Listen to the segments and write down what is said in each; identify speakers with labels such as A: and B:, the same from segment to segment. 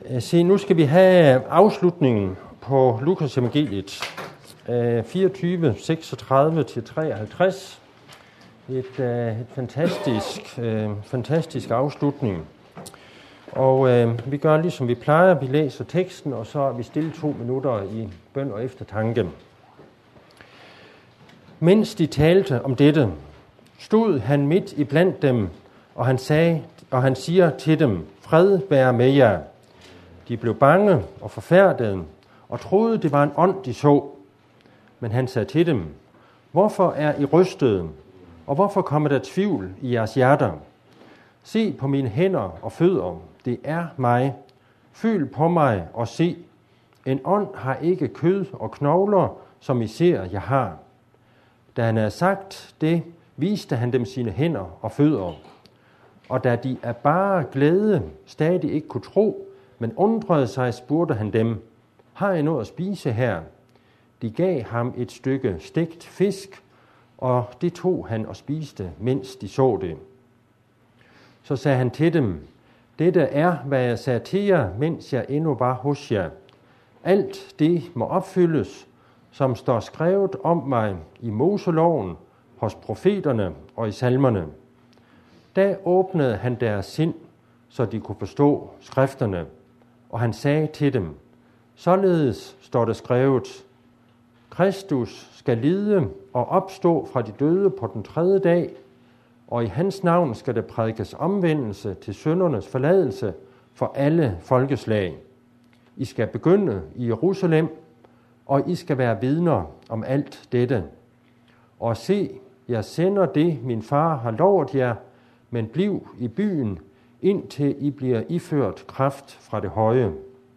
A: Se, nu skal vi have afslutningen på Lukas evangeliet 24, 36-53. Et fantastisk afslutning. Og vi gør ligesom vi plejer, vi læser teksten, og så er vi stille 2 minutter i bøn og eftertanke. Mens de talte om dette, stod han midt iblandt dem, og han siger til dem, fred være med jer. De blev bange og forfærdede, og troede, det var en ånd, de så. Men han sagde til dem, hvorfor er I rystede, og hvorfor kommer der tvivl i jeres hjerter? Se på mine hænder og fødder, det er mig. Føl på mig og se. En ånd har ikke kød og knogler, som I ser, jeg har. Da han havde sagt det, viste han dem sine hænder og fødder. Og da de af bare glæde stadig ikke kunne tro, men undrede sig, spurgte han dem, har I noget at spise her? De gav ham et stykke stegt fisk, og det tog han og spiste, mens de så det. Så sagde han til dem, dette er, hvad jeg sagde til jer, mens jeg endnu var hos jer. Alt det må opfyldes, som står skrevet om mig i Moseloven, hos profeterne og i salmerne. Da åbnede han deres sind, så de kunne forstå skrifterne, og han sagde til dem, således står der skrevet, Kristus skal lide og opstå fra de døde på den 3. dag, og i hans navn skal der prædikes omvendelse til syndernes forladelse for alle folkeslag. I skal begynde i Jerusalem, og I skal være vidner om alt dette. Og se, jeg sender det, min far har lovet jer, men bliv i byen, indtil I bliver iført kraft fra det høje.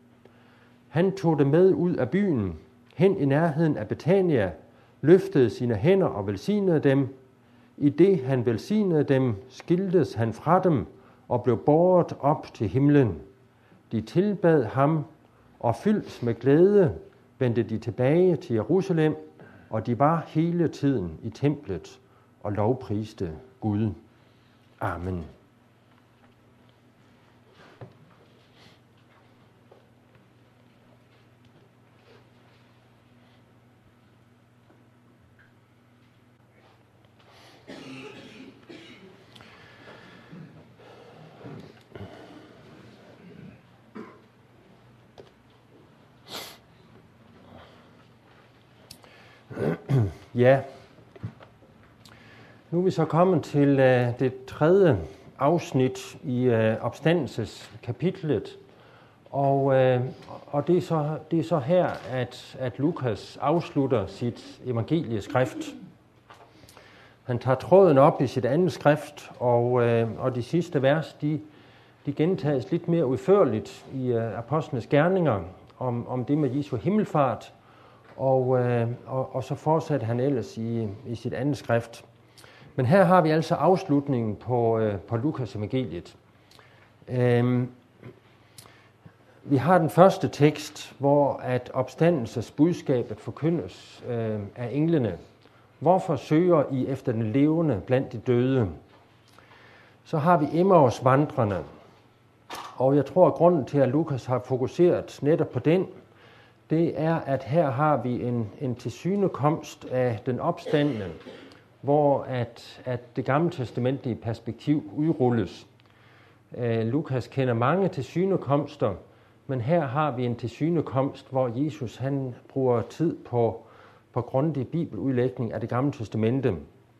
A: Han tog det med ud af byen, hen i nærheden af Betania, løftede sine hænder og velsignede dem. I det han velsignede dem, skiltes han fra dem og blev båret op til himlen. De tilbad ham, og fyldt med glæde vendte de tilbage til Jerusalem, og de var hele tiden i templet og lovpriste Gud. Amen. Ja, nu er vi så kommet til det 3. afsnit i opstandelseskapitlet, og det er så her, at Lukas afslutter sit evangelieskrift. Han tager tråden op i sit andet skrift, og de sidste vers, de gentages lidt mere udførligt i apostlenes gerninger om det med Jesu himmelfart, og så fortsatte han ellers i sit andet skrift. Men her har vi altså afslutningen på Lukas evangeliet. Vi har den første tekst, hvor at opstandelsesbudskabet forkyndes af englene. Hvorfor søger I efter den levende blandt de døde? Så har vi Emmaus-vandrene, og jeg tror, at grunden til, at Lukas har fokuseret netop på den, det er, at her har vi en tilsynekomst af den opstandne, hvor at det gamle testamentlige perspektiv udrulles. Lukas kender mange tilsynekomster, men her har vi en tilsynekomst, hvor Jesus han bruger tid på grundig bibeludlægning af det gamle testamente.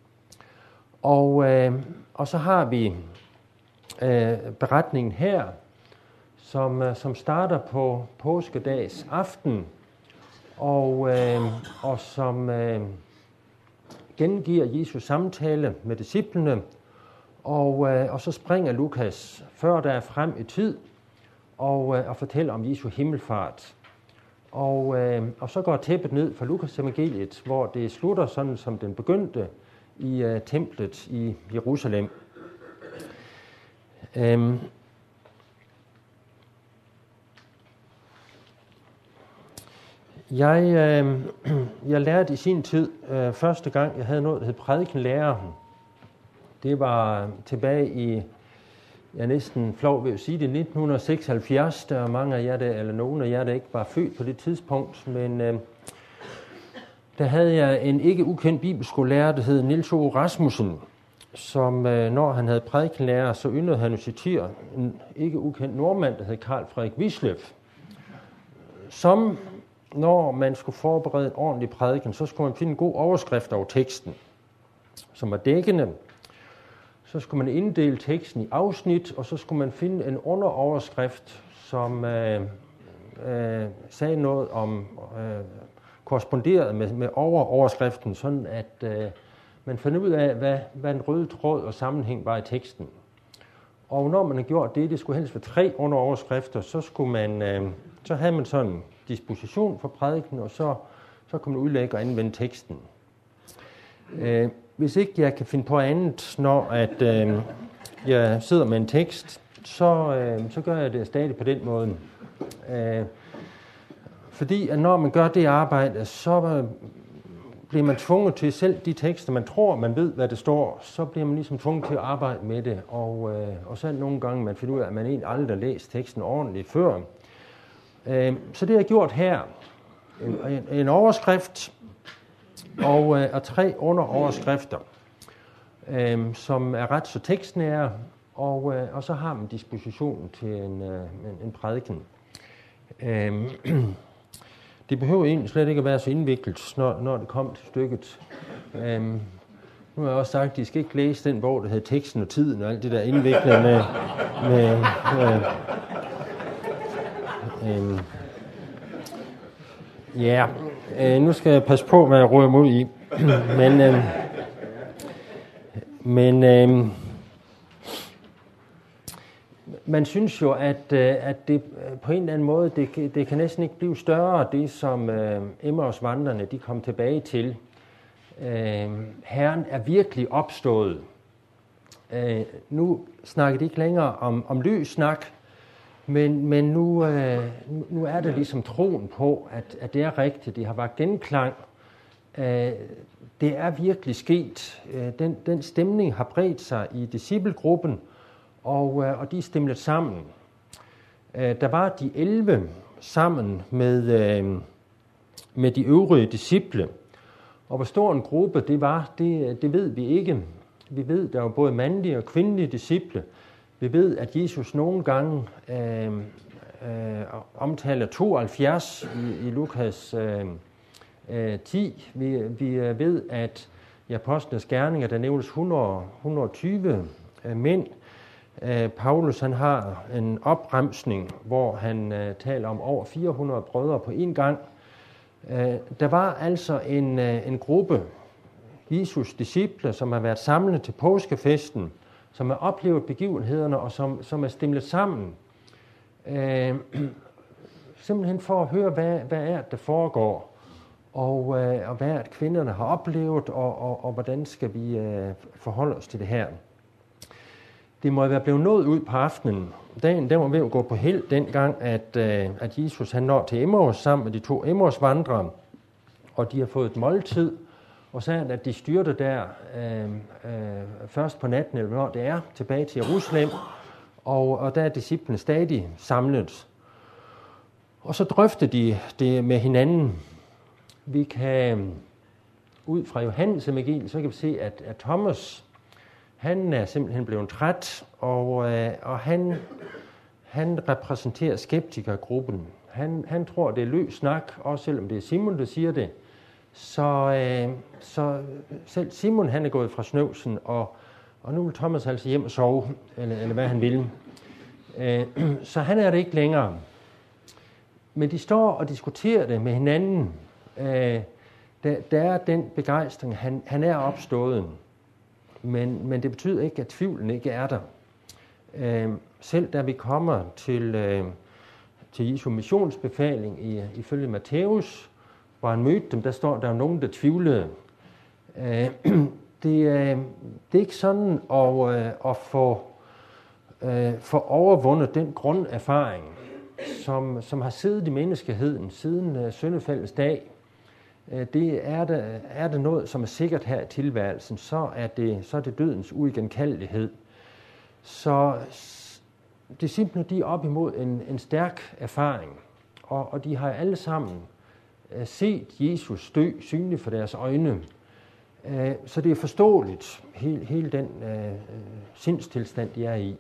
A: Og så har vi beretningen her, som starter på påskedags aften, og som gengiver Jesus samtale med disciplene, og så springer Lukas før der frem i tid, og fortæller om Jesu himmelfart. Og så går tæppet ned for Lukas evangeliet, hvor det slutter sådan, som den begyndte i templet i Jerusalem. Jeg lærte i sin tid, første gang jeg havde noget, der hed prædikenlærer. Det var tilbage jeg er næsten flov ved at sige det, 1976, der er mange af jer, eller nogen af jer, der ikke var født på det tidspunkt, men der havde jeg en ikke ukendt bibelskolelærer, der hed Niels O. Rasmussen, som når han havde prædikenlærer, så yndede han at citere en ikke ukendt nordmand, der hed Carl Frederik Wisløff, som når man skulle forberede en ordentlig prædiken, så skulle man finde en god overskrift over teksten, som var dækkende. Så skulle man inddele teksten i afsnit, og så skulle man finde en underoverskrift, som sagde noget om, korresponderede med overskriften, sådan at man fandt ud af, hvad den røde tråd og sammenhæng var i teksten. Og når man havde gjort det skulle helst være 3 underoverskrifter, så havde man sådan en disposition for prædiken, og så kunne man udlægge og anvende teksten. Hvis ikke jeg kan finde på andet, når jeg sidder med en tekst, så gør jeg det stadig på den måde. Fordi at når man gør det arbejde, så bliver man tvunget til selv de tekster, man tror, man ved, hvad det står, så bliver man ligesom tvunget til at arbejde med det. Og så nogle gange man finder ud af, at man egentlig aldrig har læst teksten ordentligt før. Så det har jeg gjort her. En overskrift og 3 underoverskrifter, som er ret så tekstnære, og så har man dispositionen til en prædiken. Det behøver egentlig slet ikke at være så indviklet, når det kommer til stykket. Nu har jeg også sagt, at de skal ikke læse den bog, der hedder Teksten og Tiden, og alt det der indviklede nu skal jeg passe på, hvad jeg rører mig ud i. Men man synes jo, at det på en eller anden måde, det kan næsten ikke blive større, det som Emmausvandrerne de kom tilbage til. Herren er virkelig opstået. Nu snakker de ikke længere om løs snak, men nu er det ligesom troen på, at det er rigtigt, det har været genklang. Det er virkelig sket. Den stemning har bredt sig i disciplegruppen, og de er stemlet sammen. Der var de 11 sammen med de øvrige disciple. Og hvor stor en gruppe det var, det ved vi ikke. Vi ved, der var både mandlige og kvindelige disciple. Vi ved, at Jesus nogle gange omtaler 72 i Lukas 10. Vi ved, at i Apostlenes Gerninger, der nævnes 120 mænd. Paulus han har en opremsning, hvor han taler om over 400 brødre på en gang. Der var altså en gruppe Jesus disciple, som har været samlet til påskefesten, som har oplevet begivenhederne og som er stemlet sammen. Simpelthen for at høre, hvad er det, der foregår, og hvad er det, kvinderne har oplevet, og hvordan skal vi forholde os til det her. Det må være blevet nået ud på aftenen. Dagen var ved at gå på held dengang, at Jesus han når til Emmaus sammen med de 2 Emmausvandrere, og de har fået et måltid, og så at de styrter der først på natten, eller når det er, tilbage til Jerusalem, og der er disciplene stadig samlet. Og så drøfter de det med hinanden. Vi kan ud fra Johannes evangeliet, så kan vi se, at Thomas, han er simpelthen blevet træt, og han repræsenterer skeptikergruppen. Han tror, det er løs snak, også selvom det er Simon, der siger det. Så selv Simon, han er gået fra snøvsen, og nu vil Thomas altså hjem og sove, eller hvad han vil. Så han er det ikke længere. Men de står og diskuterer det med hinanden. Der er den begejstring, han er opstået. Men det betyder ikke, at tvivlen ikke er der. Selv da vi kommer til Jesu missionsbefaling ifølge Matthæus, hvor han mødte dem, der står der nogen, der tvivlede. Det er ikke sådan at få overvundet den grunderfaring, som har siddet i menneskeheden siden syndefaldets dag. Det er det noget, som er sikkert her i tilværelsen, så er det dødens uigenkaldelighed. Så disciplene, de er op imod en stærk erfaring, og de har alle sammen set Jesus dø synligt for deres øjne. Så det er forståeligt, hele den sindstilstand, de er i.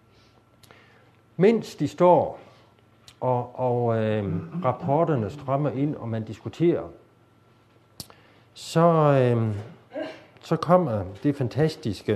A: Mens de står, og rapporterne strømmer ind, og man diskuterer, så kommer det fantastiske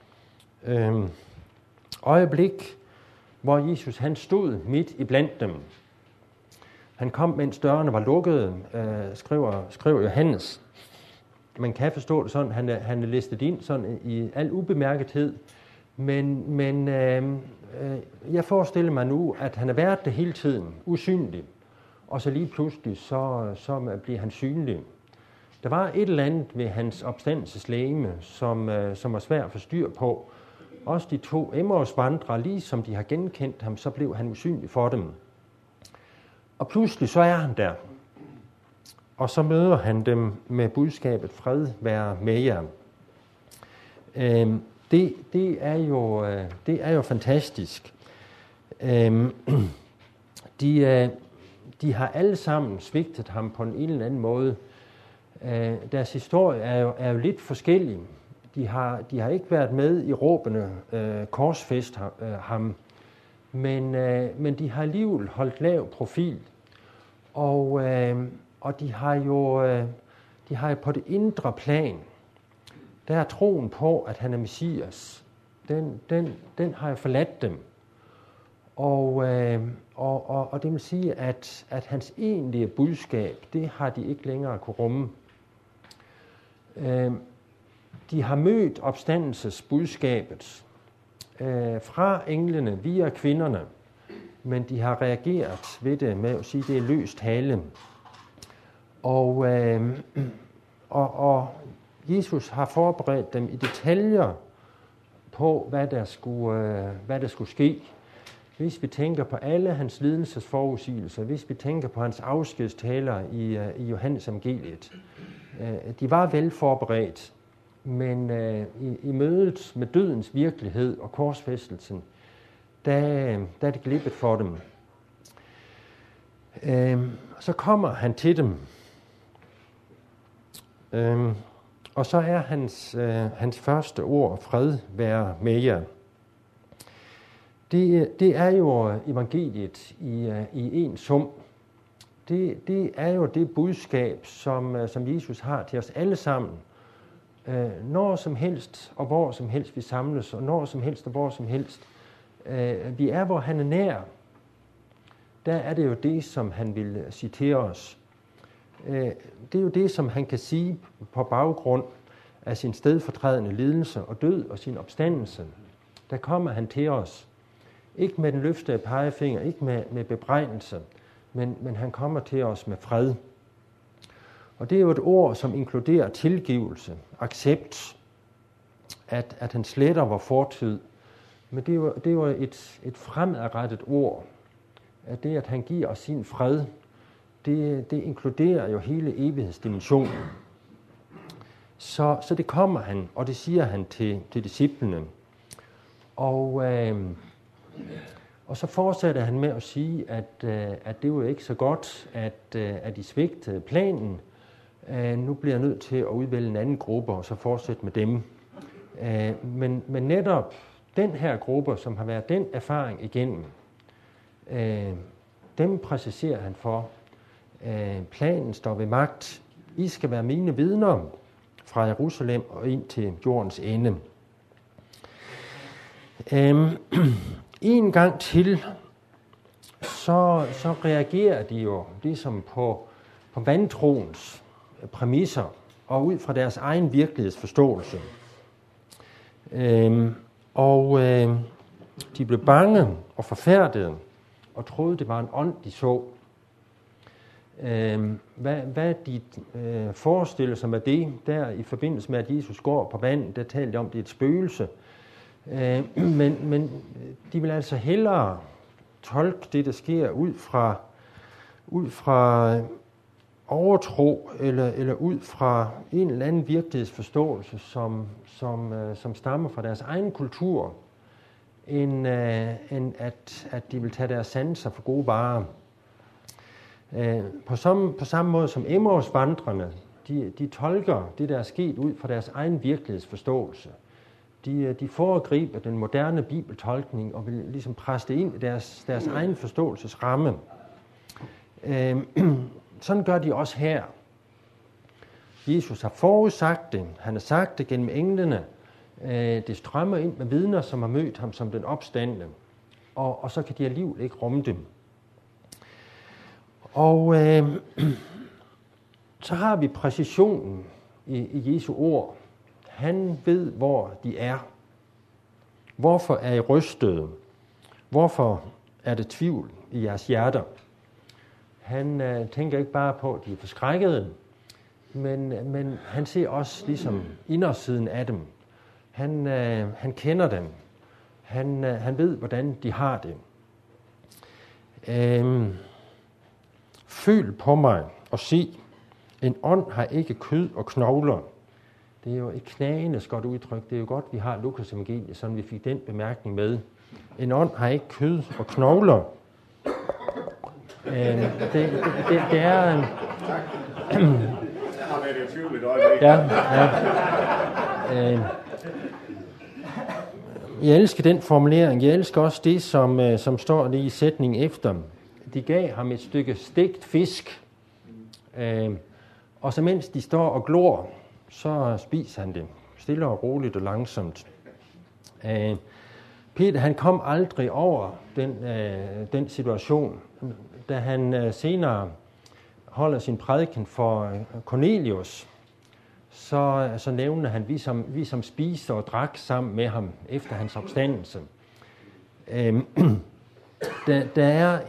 A: øjeblik, hvor Jesus han stod midt i blandt dem. Han kom, mens dørene var lukkede, skriver Johannes. Man kan forstå det sådan, han er listet ind sådan i al ubemærkethed, men jeg forestiller mig nu, at han har været det hele tiden, usynlig, og så lige pludselig, så bliver han synlig. Der var et eller andet ved hans opstandelseslegeme, som var svært at få styr på. Også de 2 Emmausvandrere, lige som de har genkendt ham, så blev han usynlig for dem. Og pludselig så er han der. Og så møder han dem med budskabet, fred være med jer. Det er jo fantastisk. De har alle sammen svigtet ham på en eller anden måde. Deres historie er jo lidt forskellig. De har ikke været med i råbene korsfæst ham, men de har alligevel holdt lav profil. Og de har jo på det indre plan, der er troen på, at han er Messias, den har jo forladt dem. Og det vil sige, at hans egentlige budskab, det har de ikke længere kunne rumme. De har mødt opstandelsesbudskabet fra englene via kvinderne, men de har reageret ved det med at sige, at det er løs tale. Og Jesus har forberedt dem i detaljer på, hvad der skulle ske. Hvis vi tænker på alle hans lidelsesforudsigelser, hvis vi tænker på hans afskedstaler i Johannes evangeliet, de var vel forberedt, men i mødet med dødens virkelighed og korsfæstelsen, der er det glippet for dem. Så kommer han til dem, og så er hans første ord, fred være med jer. Det er jo evangeliet i en sum. Det er jo det budskab, som Jesus har til os alle sammen. Når som helst og hvor som helst vi samles, og når som helst og hvor som helst vi er, hvor han er nær, der er det jo det, som han vil sige til os. Det er jo det, som han kan sige på baggrund af sin stedfortrædende lidelse og død og sin opstandelse. Der kommer han til os. Ikke med den løftede pegefinger, ikke med bebrejdelse, men han kommer til os med fred. Og det er jo et ord, som inkluderer tilgivelse, accept, at han sletter vor fortid. Men det er jo et fremadrettet ord. At det, at han giver os sin fred, det inkluderer jo hele evighedsdimensionen. Så det kommer han, og det siger han til disciplene. Og så fortsætter han med at sige, at det jo ikke så godt, at de svigtede planen. Nu bliver jeg nødt til at udvælge en anden gruppe, og så fortsætte med dem. Men netop den her gruppe, som har været den erfaring igennem, dem præciserer han for. Planen står ved magt. I skal være mine vidner fra Jerusalem og ind til jordens ende. En gang til, så reagerer de jo ligesom på vantroens præmisser og ud fra deres egen virkelighedsforståelse. De blev bange og forfærdede og troede, det var en ånd, de så. Hvad de forestiller sig med det, der i forbindelse med, at Jesus går på vandet, der talte de om, det er et spøgelse. Men de vil altså hellere tolke det, der sker, ud fra overtro, eller ud fra en eller anden virkelighedsforståelse, som stammer fra deres egen kultur, end at de vil tage deres sanser for gode varer. På samme måde som Emmausvandrerne, de tolker det, der er sket, ud fra deres egen virkelighedsforståelse. De foregriber den moderne bibeltolkning og vil ligesom presse det ind i deres egen forståelsesramme. Sådan gør de også her. Jesus har forudsagt det. Han har sagt det gennem englene. Det strømmer ind med vidner, som har mødt ham som den opstandne. Og så kan de alligevel ikke rumme dem. Og så har vi præcisionen i Jesu ord. Han ved, hvor de er. Hvorfor er I rystede? Hvorfor er det tvivl i jeres hjerter? Han tænker ikke bare på, at de er forskrækkede, men han ser også ligesom indersiden af dem. Han kender dem. Han ved, hvordan de har det. Føl på mig og sig, en ånd har ikke kød og knogler. Det er jo et knagende godt udtryk. Det er jo godt, vi har Lukas evangeliet, så vi fik den bemærkning med. En ånd har ikke kød og knogler. Det er... Jeg elsker den formulering. Jeg elsker også det, som står lige i sætningen efter. De gav ham et stykke stegt fisk, og så mens de står og glor, så spiser han det. Stille og roligt og langsomt. Peter, han kom aldrig over den situation. Da han senere holder sin prædiken for Cornelius, så nævner han, vi som spiste og drak sammen med ham efter hans opstandelse. Der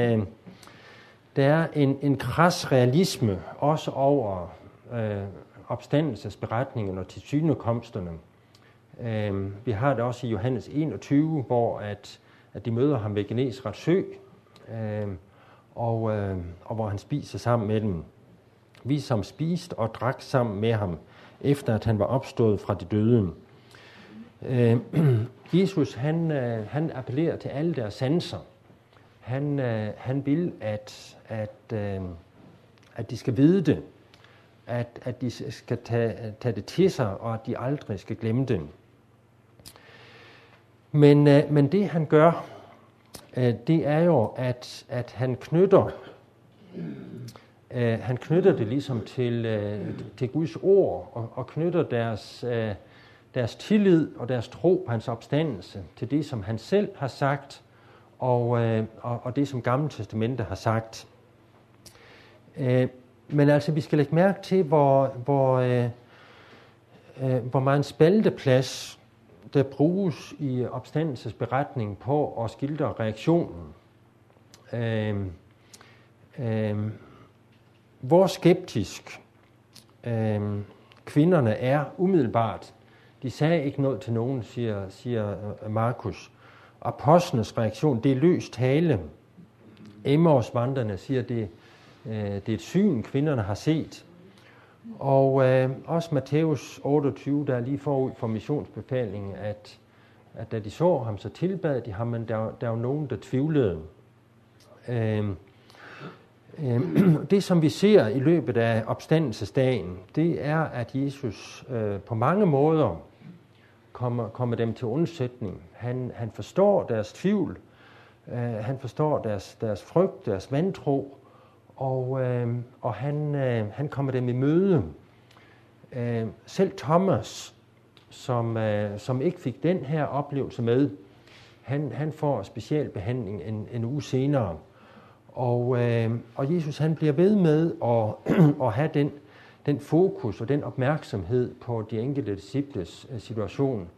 A: er en kras realisme også over opstandelsesberetningen og tilsynekomsterne. Vi har det også i Johannes 21, hvor at de møder ham ved Genesarets sø, og hvor han spiser sammen med dem. Vi som spiste og drak sammen med ham, efter at han var opstået fra de døde. Jesus, han appellerer til alle deres sanser. Han vil, at de skal vide det, at de skal tage det til sig, og at de aldrig skal glemme det. Men det han gør, det er jo, at han knytter det ligesom til Guds ord, og knytter deres tillid og deres tro på hans opstandelse til det, som han selv har sagt, og det, som Gamle Testamente har sagt. Men altså, vi skal lægge mærke til, hvor meget en spalteplads, der bruges i opstandelsesberetningen på at skildre reaktionen. Hvor skeptisk kvinderne er umiddelbart. De sagde ikke noget til nogen, siger Markus. Apostlenes reaktion, det er løs tale. Emmausvandrerne siger, det er et syn, kvinderne har set. Og også Matthæus 28, der er lige forud for missionsbefalingen, at da de så ham, så tilbad de ham, men der var nogen, der tvivlede. Det, som vi ser i løbet af opstandelsesdagen, det er, at Jesus på mange måder kommer dem til undsætning. Han forstår deres tvivl, han forstår deres frygt, deres vantro, og han kommer dem i møde. Selv Thomas, som ikke fik den her oplevelse med, han får specialbehandling en uge senere. Og Jesus, han bliver ved med at have den fokus og den opmærksomhed på de enkelte disciples situation.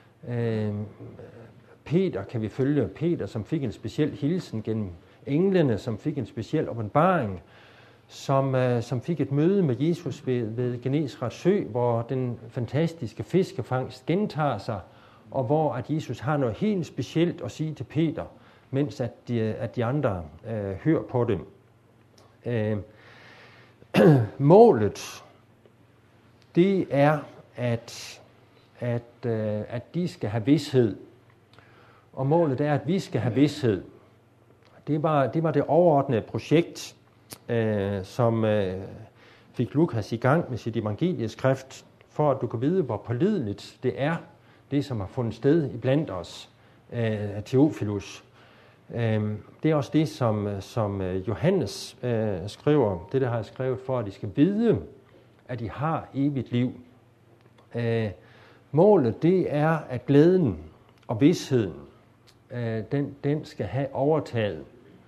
A: Peter kan vi følge. Peter, som fik en speciel hilsen gennem englene, som fik en speciel åbenbaring, som fik et møde med Jesus ved Genesarets sø, hvor den fantastiske fiskefangst gentager sig, og hvor at Jesus har noget helt specielt at sige til Peter, mens at de andre hører på det. Målet, det er, at de skal have vished Og målet er, at vi skal have vished. Det var det overordnede projekt, som fik Lukas i gang med sit evangelieskrift, for at du kan vide, hvor pålideligt det er, det som har fundet sted iblandt os, Theophilus. Det er også det, som Johannes skriver. Det, der har jeg skrevet, for at de skal vide, at de har evigt liv. Målet, det er, at glæden og vidsheden, den skal have overtaget.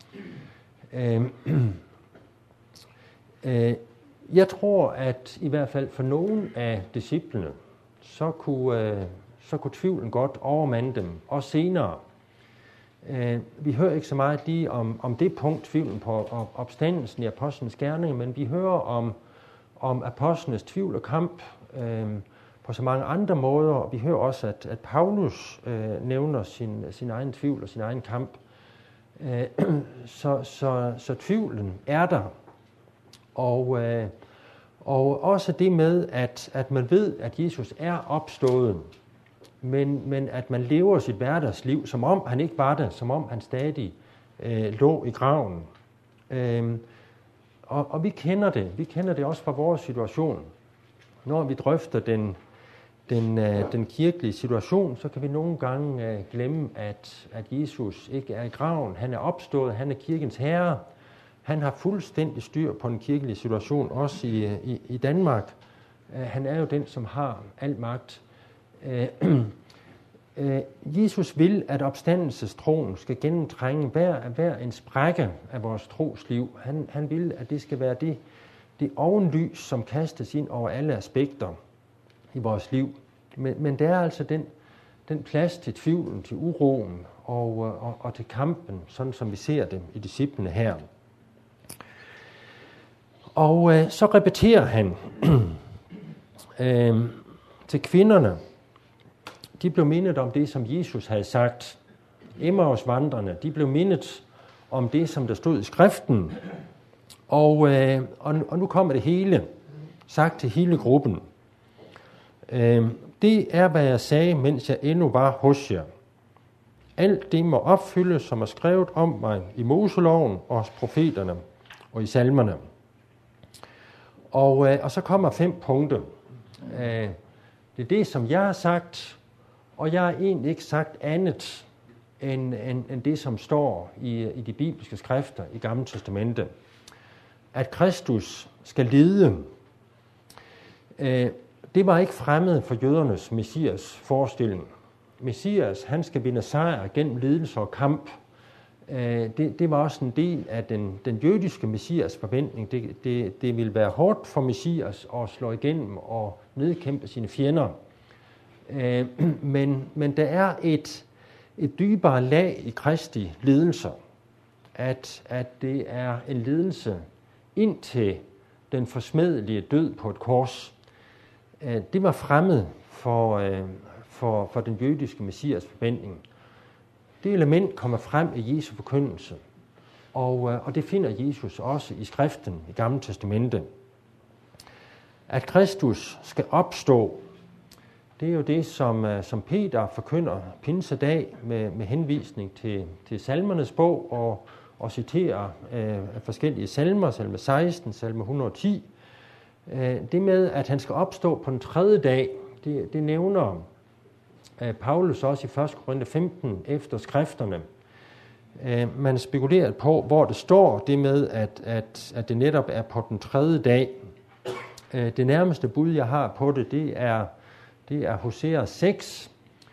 A: Jeg tror, at i hvert fald for nogle af disciplene, så kunne tvivlen godt overmande dem, også senere. Vi hører ikke så meget lige om det punkt, tvivlen på opstandelsen i apostlenes gerninger, men vi hører om apostlenes tvivl og kamp på så mange andre måder, og vi hører også, at Paulus nævner sin egen tvivl og sin egen kamp. Så tvivlen er der. Og også det med, at man ved, at Jesus er opstået, men at man lever sit hverdagsliv, som om han ikke var der, som om han stadig lå i graven. Og vi kender det. Vi kender det også fra vores situation. Når vi drøfter den kirkelige situation, så kan vi nogle gange glemme, at Jesus ikke er i graven. Han er opstået, han er kirkens herre. Han har fuldstændig styr på den kirkelige situation, også i Danmark. Han er jo den, som har al magt. Jesus vil, at opstandelsestroen skal gennemtrænge hver en sprække af vores trosliv. Han vil, at det skal være det ovenlys, som kastes ind over alle aspekter i vores liv. Men der er altså den plads til tvivlen, til uroen og til kampen, sådan som vi ser det i disciplene her. Og så repeterer han til kvinderne. De blev mindet om det, som Jesus havde sagt. Emmausvandrerne, de blev mindet om det, som der stod i skriften. Og nu kommer det hele sagt til hele gruppen. Det er, hvad jeg sagde, mens jeg endnu var hos jer. Alt det må opfyldes, som er skrevet om mig i Moseloven og hos profeterne og i salmerne. Og så kommer 5 punkter. Det er det, som jeg har sagt, og jeg har egentlig ikke sagt andet end det, som står i de bibelske skrifter i Gamle Testamente. At Kristus skal lide. Det var ikke fremmed for jødernes messias forestilling. Messias, han skal vinde sejr gennem lidelse og kamp. Det var også en del af den jødiske messias forventning. Det ville være hårdt for messias at slå igennem og nedkæmpe sine fjender. Men der er et dybere lag i Kristi lidelser, at det er en lidelse indtil den forsmedelige død på et kors. Det var fremmed for den jødiske messias forventning. Det element kommer frem i Jesu forkyndelse, og det finder Jesus også i skriften i Gamle Testamente. At Kristus skal opstå, det er jo det, som Peter forkynder pinsedag med henvisning til salmernes bog og citerer forskellige salmer, salme 16, salme 110. Det med, at han skal opstå på den 3. dag, det nævner Paulus også i 1. Korinther 15 efter skrifterne. Man spekulerer på, hvor det står det med, at det netop er på den 3. dag. Det nærmeste bud, jeg har på det, det er Hosea 6,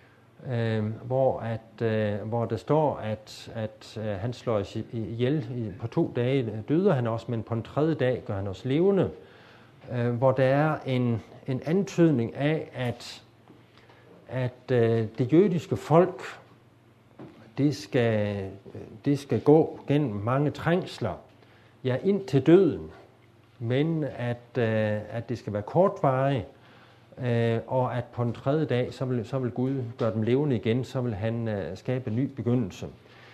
A: hvor der står, at han slår ihjel på 2 dage, døder han også, men på den 3. dag gør han os levende. Hvor der er en antydning af, at det jødiske folk, det skal gå gennem mange trængsler, ja, ind til døden, men at det skal være kortvarigt, og at på den 3. dag, så vil Gud gøre dem levende igen, så vil han skabe en ny begyndelse.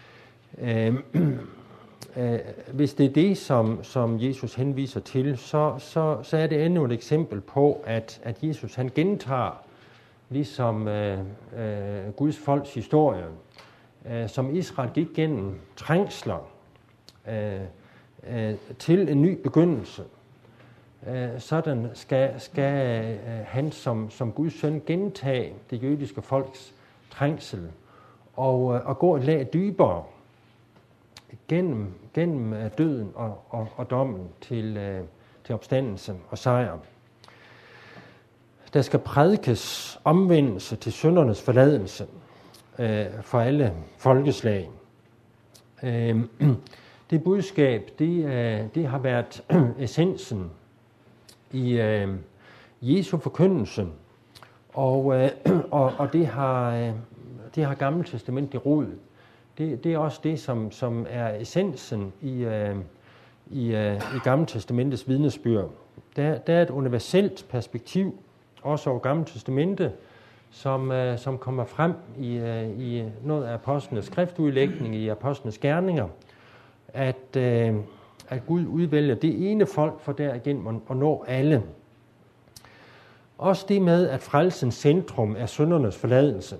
A: Hvis det er det, som Jesus henviser til, så er det endnu et eksempel på, at Jesus han gentager ligesom Guds folks historie. som Israel gik gennem trængsler til en ny begyndelse. Sådan skal han som Guds søn gentage det jødiske folks trængsel og gå et lag dybere gennem døden og dommen til opstandelse og sejr. Der skal prædikes omvendelse til syndernes forladelse for alle folkeslag. Det budskab, det har været essensen i Jesu forkyndelse, og det har Gamle Testament rod. Det er også det, som er essensen i Gamle Testamentets vidnesbyrd. Der er et universelt perspektiv, også over Gamle Testamente, som kommer frem i noget af apostlenes skriftudlægning, i apostlenes gerninger, at Gud udvælger det ene folk for derigennem at nå alle. Også det med, at frelsens centrum er syndernes forladelse.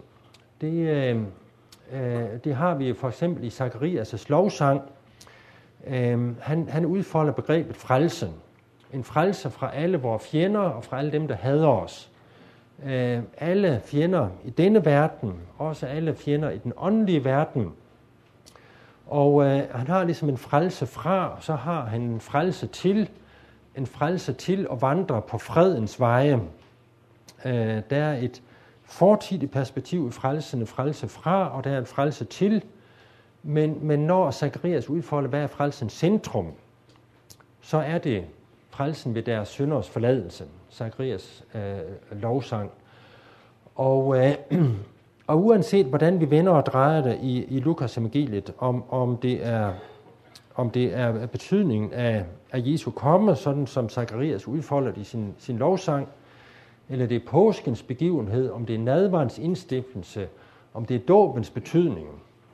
A: Det har vi for eksempel i Zakarias' lovsang. Han udfolder begrebet frelse. En frelse fra alle vores fjender og fra alle dem, der hader os. Alle fjender i denne verden, også alle fjender i den åndelige verden. Og han har ligesom en frelse fra, så har han en frelse til at vandre på fredens veje. Der er et fortidigt perspektiv i frelsen, en frelse fra, og der er en frelse til. Men når Zakarias udfolder, hvad er frelsens centrum, så er det frelsen ved deres synders forladelse, Zakarias lovsang. Og uanset hvordan vi vender og drejer det i Lukas evangeliet, om det er betydningen af Jesu komme, sådan som Zakarias udfolder i sin lovsang, eller det er påskens begivenhed, om det er nadverens indstiftelse, om det er dåbens betydning,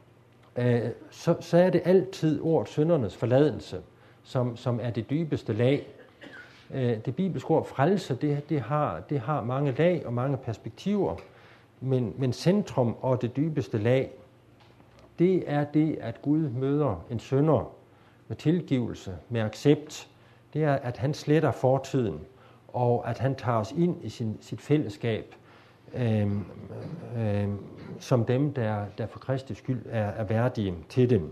A: så er det altid ordet syndernes forladelse, som er det dybeste lag. Det bibelske ord frelse, det har mange lag og mange perspektiver, men centrum og det dybeste lag, det er det, at Gud møder en synder med tilgivelse, med accept. Det er, at han sletter fortiden, og at han tager os ind i sit fællesskab, som dem, der for Kristi skyld er værdige til dem.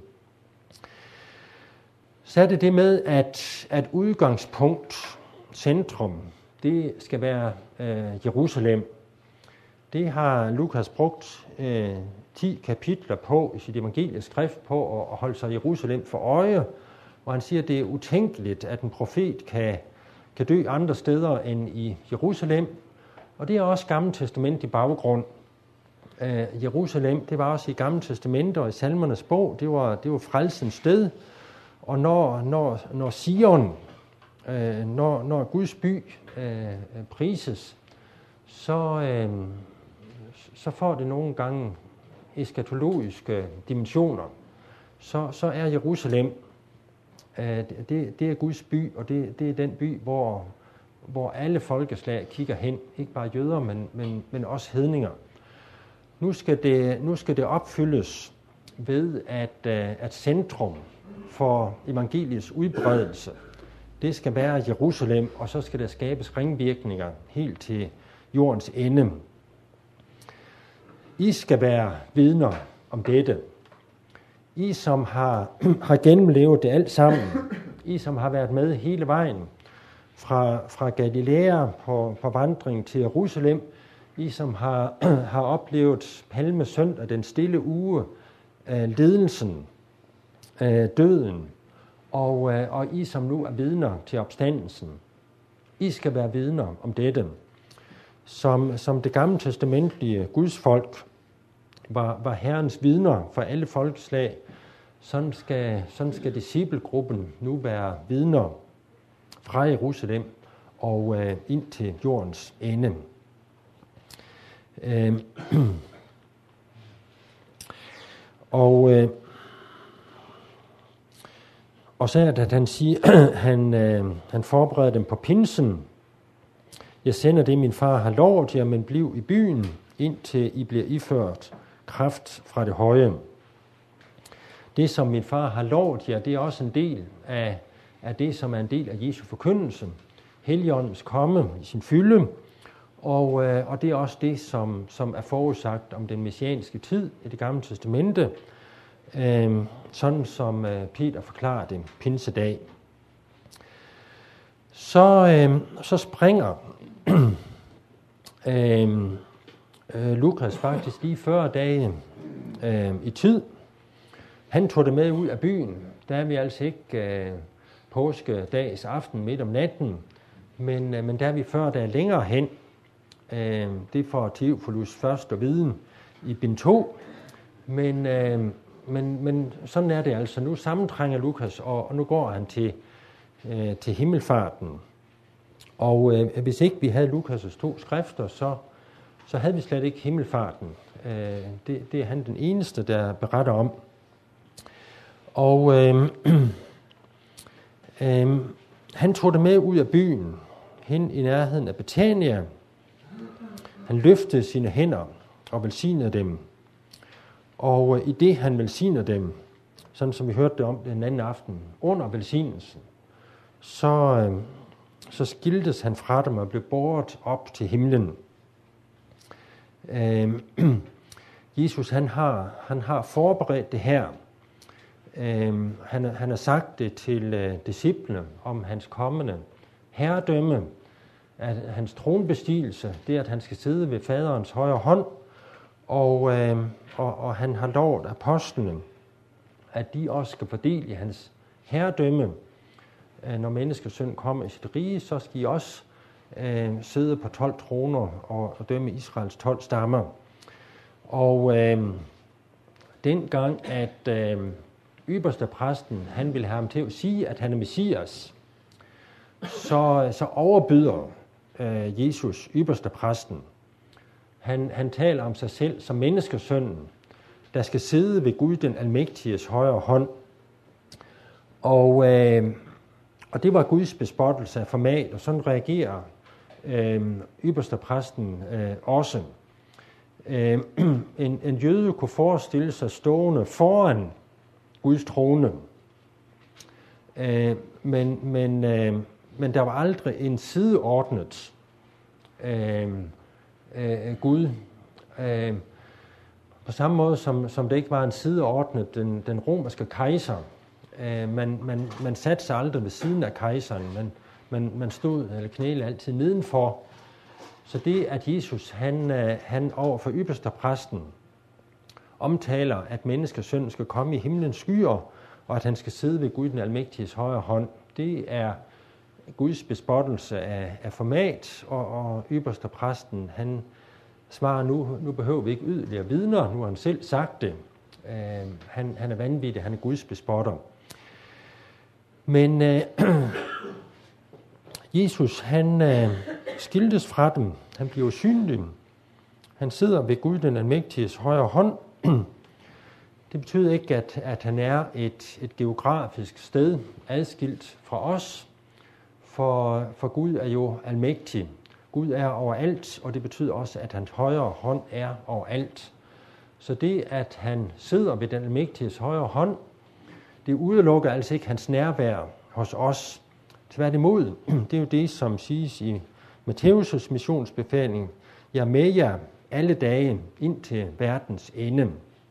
A: Så er det med, at udgangspunkt, centrum, det skal være Jerusalem. Det har Lukas brugt 10 kapitler på i sit evangelieskrift på at holde sig Jerusalem for øje, hvor han siger, at det er utænkeligt, at en profet kan dø andre steder end i Jerusalem. Og det er også Gamle Testament i baggrund. Jerusalem, det var også i Gamle Testament og i Salmernes bog, det var frelsens sted. Og når Sion, når Guds by prises, så får det nogle gange eskatologiske dimensioner. Så er Jerusalem, det er Guds by, og det er den by, hvor alle folkeslag kigger hen. Ikke bare jøder, men også hedninger. Nu skal det opfyldes ved, at centrum for evangeliets udbredelse, det skal være Jerusalem, og så skal der skabes ringvirkninger helt til jordens ende. I skal være vidner om dette. I, som har gennemlevet det alt sammen. I, som har været med hele vejen fra Galilea på vandring til Jerusalem. I, som har oplevet palmesøndag, den stille uge, lidelsen, døden, og I, som nu er vidner til opstandelsen. I skal være vidner om dette. Som det gamle testamentlige Guds folk var Herrens vidner for alle folkeslag, sådan skal disciplegruppen nu være vidner fra Jerusalem og ind til jordens ende. Og så er det, at han siger, han forbereder dem på pinsen. Jeg sender det, min far har lovet jer, men bliv i byen, indtil I bliver iført kraft fra det høje. det, som min far har lovet jer, det er også en del af det, som er en del af Jesu forkyndelse. Helligåndens komme i sin fylde, og det er også det, som er forudsagt om den messianske tid i Det Gamle Testamente, sådan som Peter forklarer det pinsedag. Så springer Lukas faktisk lige 40 dage i tid. Han tog det med ud af byen. Der er vi altså ikke påskedags aften midt om natten, men der er vi 40 dage længere hen. Det får Theophilus først at vide i bind 2. Men sådan er det altså. Nu sammentrænger Lukas, og nu går han til himmelfarten. Og hvis ikke vi havde Lukas' 2 skrifter, så havde vi slet ikke himmelfarten. Det er han den eneste, der beretter om. Og han tog det med ud af byen, hen i nærheden af Betania. Han løftede sine hænder og velsignede dem. Og i det han velsigner dem, sådan som vi hørte det om den anden aften, under velsignelsen, så skiltes han fra dem og blev båret op til himlen. Jesus han har forberedt det her. Han har sagt det til disciplene om hans kommende herredømme, at hans tronbestigelse, det er, at han skal sidde ved faderens højre hånd, og han har lovet apostlene, at de også skal fordele i hans herredømme. Når menneskesøn kommer i sit rige, så skal I også sidde på 12 troner og dømme Israels 12 stammer. Og dengang, at ypperstepræsten, han ville have ham til at sige, at han er Messias, så overbyder Jesus ypperstepræsten. Han taler om sig selv som menneskesønnen, der skal sidde ved Gud den almægtiges højre hånd. Og det var Guds bespottelse af format, og sådan reagerer ypperstepræsten også. En jøde kunne forestille sig stående foran Guds trone, men der var aldrig en sideordnet Gud. På samme måde som det ikke var en sideordnet den romerske kejser. Man satte sig aldrig ved siden af kejseren, man stod eller knæle altid nedenfor. Så det, at Jesus han over for ypperstepræsten omtaler, at menneskesønnen skal komme i himlens skyer, og at han skal sidde ved Gud den almægtiges højre hånd, det er Guds bespottelse af format, og ypperstepræsten, han svarer, nu behøver vi ikke yderligere vidner, nu har han selv sagt det. Han er vanvittig, han er Guds bespotter. Men Jesus, han skiltes fra dem, han bliver synlig, han sidder ved Gud den almægtiges højre hånd. Det betyder ikke, at han er et geografisk sted adskilt fra os, for Gud er jo almægtig. Gud er overalt, og det betyder også, at hans højre hånd er overalt. Så det, at han sidder ved den almægtiges højre hånd, det udelukker altså ikke hans nærvær hos os. Tværtimod, det er jo det, som siges i Matthæus' missionsbefaling. Jeg er med jer alle dage ind til verdens ende.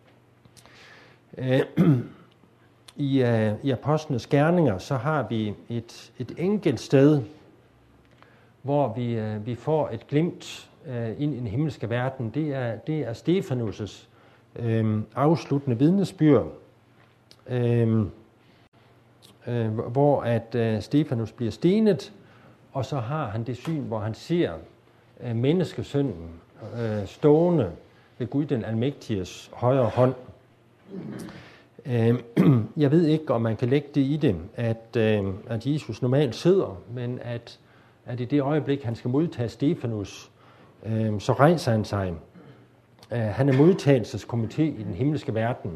A: I apostlenes gerninger, så har vi et enkelt sted, hvor vi får et glimt ind i den himmelske verden. Det er Stefanus' afsluttende vidnesbyrd, hvor at Stefanus bliver stenet, og så har han det syn, hvor han ser menneskesønnen stående ved Gud den almægtiges højre hånd. Jeg ved ikke, om man kan lægge det i det, at Jesus normalt sidder, men at i det øjeblik, han skal modtage Stefanus, så rejser han sig. Han er modtagelseskomité i den himmelske verden.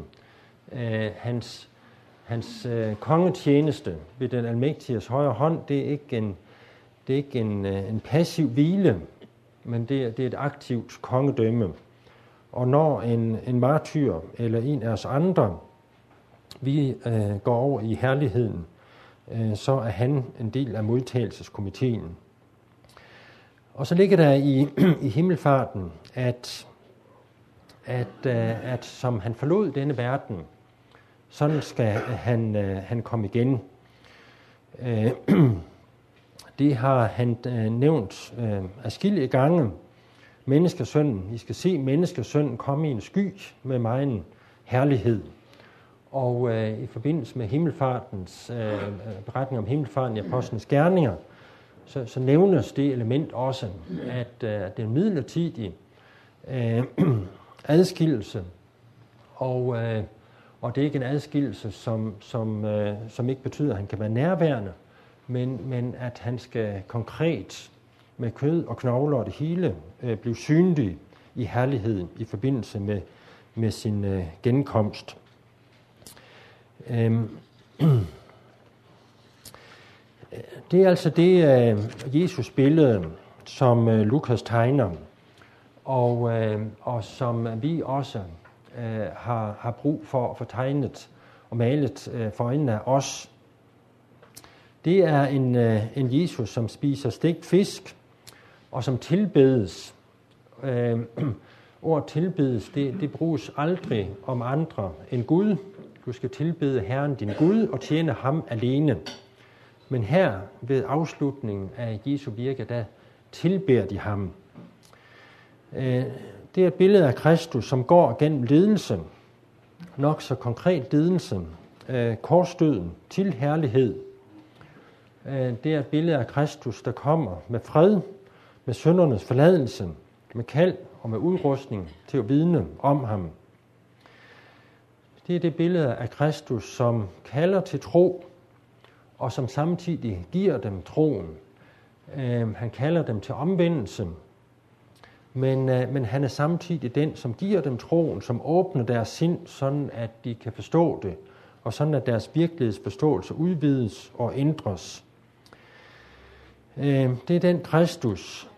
A: Hans kongetjeneste ved den almægtiges højre hånd, det er ikke en passiv hvile, men det er et aktivt kongedømme. Og når en martyr eller en af os andre vi går over i herligheden, så er han en del af modtagelseskomiteen. Og så ligger der i himmelfarten, at som han forlod denne verden, sådan skal han komme igen. Det har han nævnt adskillige gange. Menneskesønnen, I skal se menneskesønnen komme i en sky med megen herlighed. Og i forbindelse med himmelfartens beretning om himmelfarten i Apostlenes Gerninger, så nævnes det element også, at den midlertidige adskillelse, og det er ikke en adskillelse, som ikke betyder, at han kan være nærværende, men at han skal konkret med kød og knogler og det hele blive synlig i herligheden i forbindelse med sin genkomst. Det er altså det Jesus billede, som Lukas tegner, og som vi også har brug for at få tegnet og malet for øjnene af os. Det er en Jesus, som spiser stegt fisk, og som tilbedes. Ordet tilbedes, det bruges aldrig om andre end Gud. Du skal tilbede Herren din Gud og tjene ham alene. Men her ved afslutningen af Jesu virke, der tilbeder de ham. Det er et billede af Kristus, som går gennem lidelse, nok så konkret lidelse, korsdøden til herlighed. Det er et billede af Kristus, der kommer med fred, med syndernes forladelse, med kald og med udrustning til at vidne om ham. Det er det billede af Kristus, som kalder til tro, og som samtidig giver dem troen. Han kalder dem til omvendelse, men han er samtidig den, som giver dem troen, som åbner deres sind, sådan at de kan forstå det, og sådan at deres virkelighedsforståelse udvides og ændres. Det er den Kristus,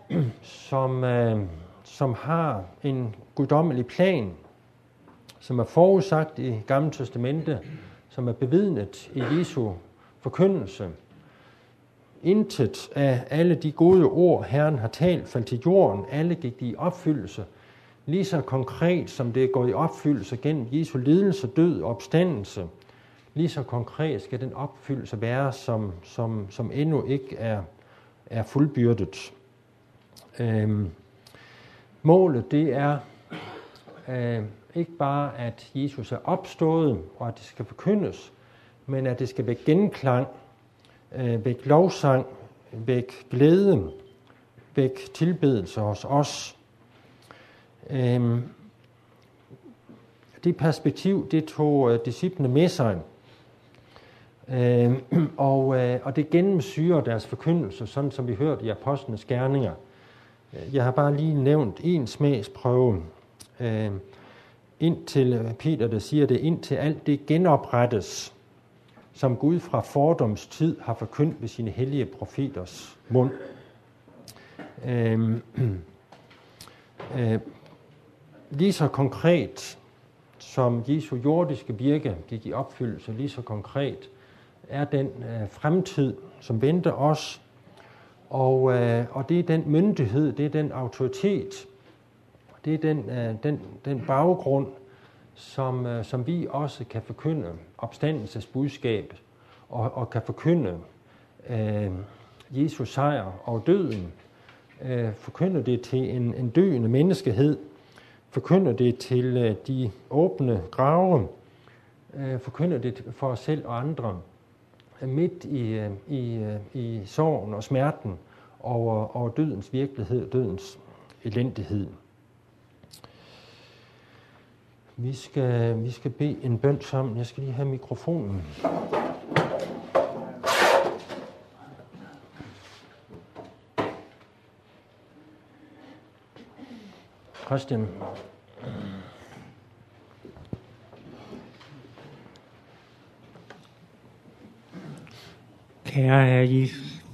A: som har en guddommelig plan, som er forudsagt i Gamle Testamente, som er bevidnet i Jesu forkyndelse. Intet af alle de gode ord, Herren har talt, faldt til jorden. Alle gik de i opfyldelse. Lige så konkret, som det er gået i opfyldelse gennem Jesu lidelse, død og opstandelse, lige så konkret skal den opfyldelse være, som endnu ikke er fuldbyrdet. Målet, det er ikke bare, at Jesus er opstået, og at det skal forkyndes, men at det skal vække genklang, vække lovsang, vække glæde, vække tilbedelse hos os. Det perspektiv, det tog disciplene med sig, og det gennemsyrer deres forkyndelse, sådan som vi hørte i Apostlenes Gerninger. Jeg har bare lige nævnt en smagsprøve, indtil Peter, der siger det, indtil alt det genoprettes, som Gud fra fordoms tid har forkyndt ved sine hellige profeters mund. Lige så konkret som Jesu jordiske virke gik i opfyldelse, lige så konkret er den fremtid, som venter os. Og det er den myndighed, det er den autoritet, det er den baggrund, som vi også kan forkynde opstandelsesbudskabet og kan forkynde Jesus sejr og døden, forkynde det til en døende menneskehed, forkynde det til de åbne grave, forkynde det for os selv og andre, midt i sorgen og smerten over dødens virkelighed, dødens elendighed. Vi skal bede en bøn sammen. Jeg skal lige have mikrofonen. Christian.
B: Kære Herre Jesus,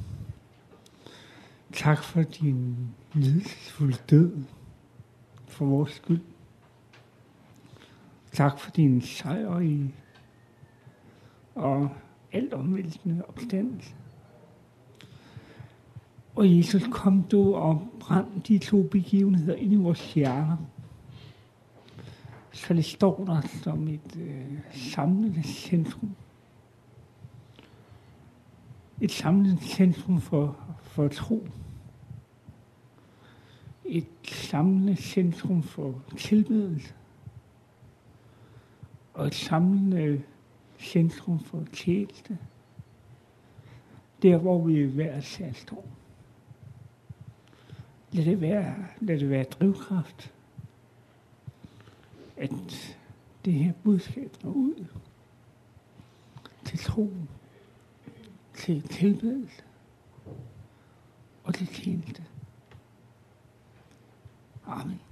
B: tak for din lidelsesfulde død for vores skyld. Tak for din sejr i og alt omvæltende opstandelse. Og Jesus, kom du og brænd de to begivenheder ind i vores hjerner, så det står der som et samlet centrum. Et samlet centrum for tro. Et samlet centrum for tilbedelse. Og et samlet centrum for tjeneste. Der, hvor vi hver sær står. Lad det være drivkraft, at det her budskab når ud til troen, til tilbedelse og til tjeneste. Amen.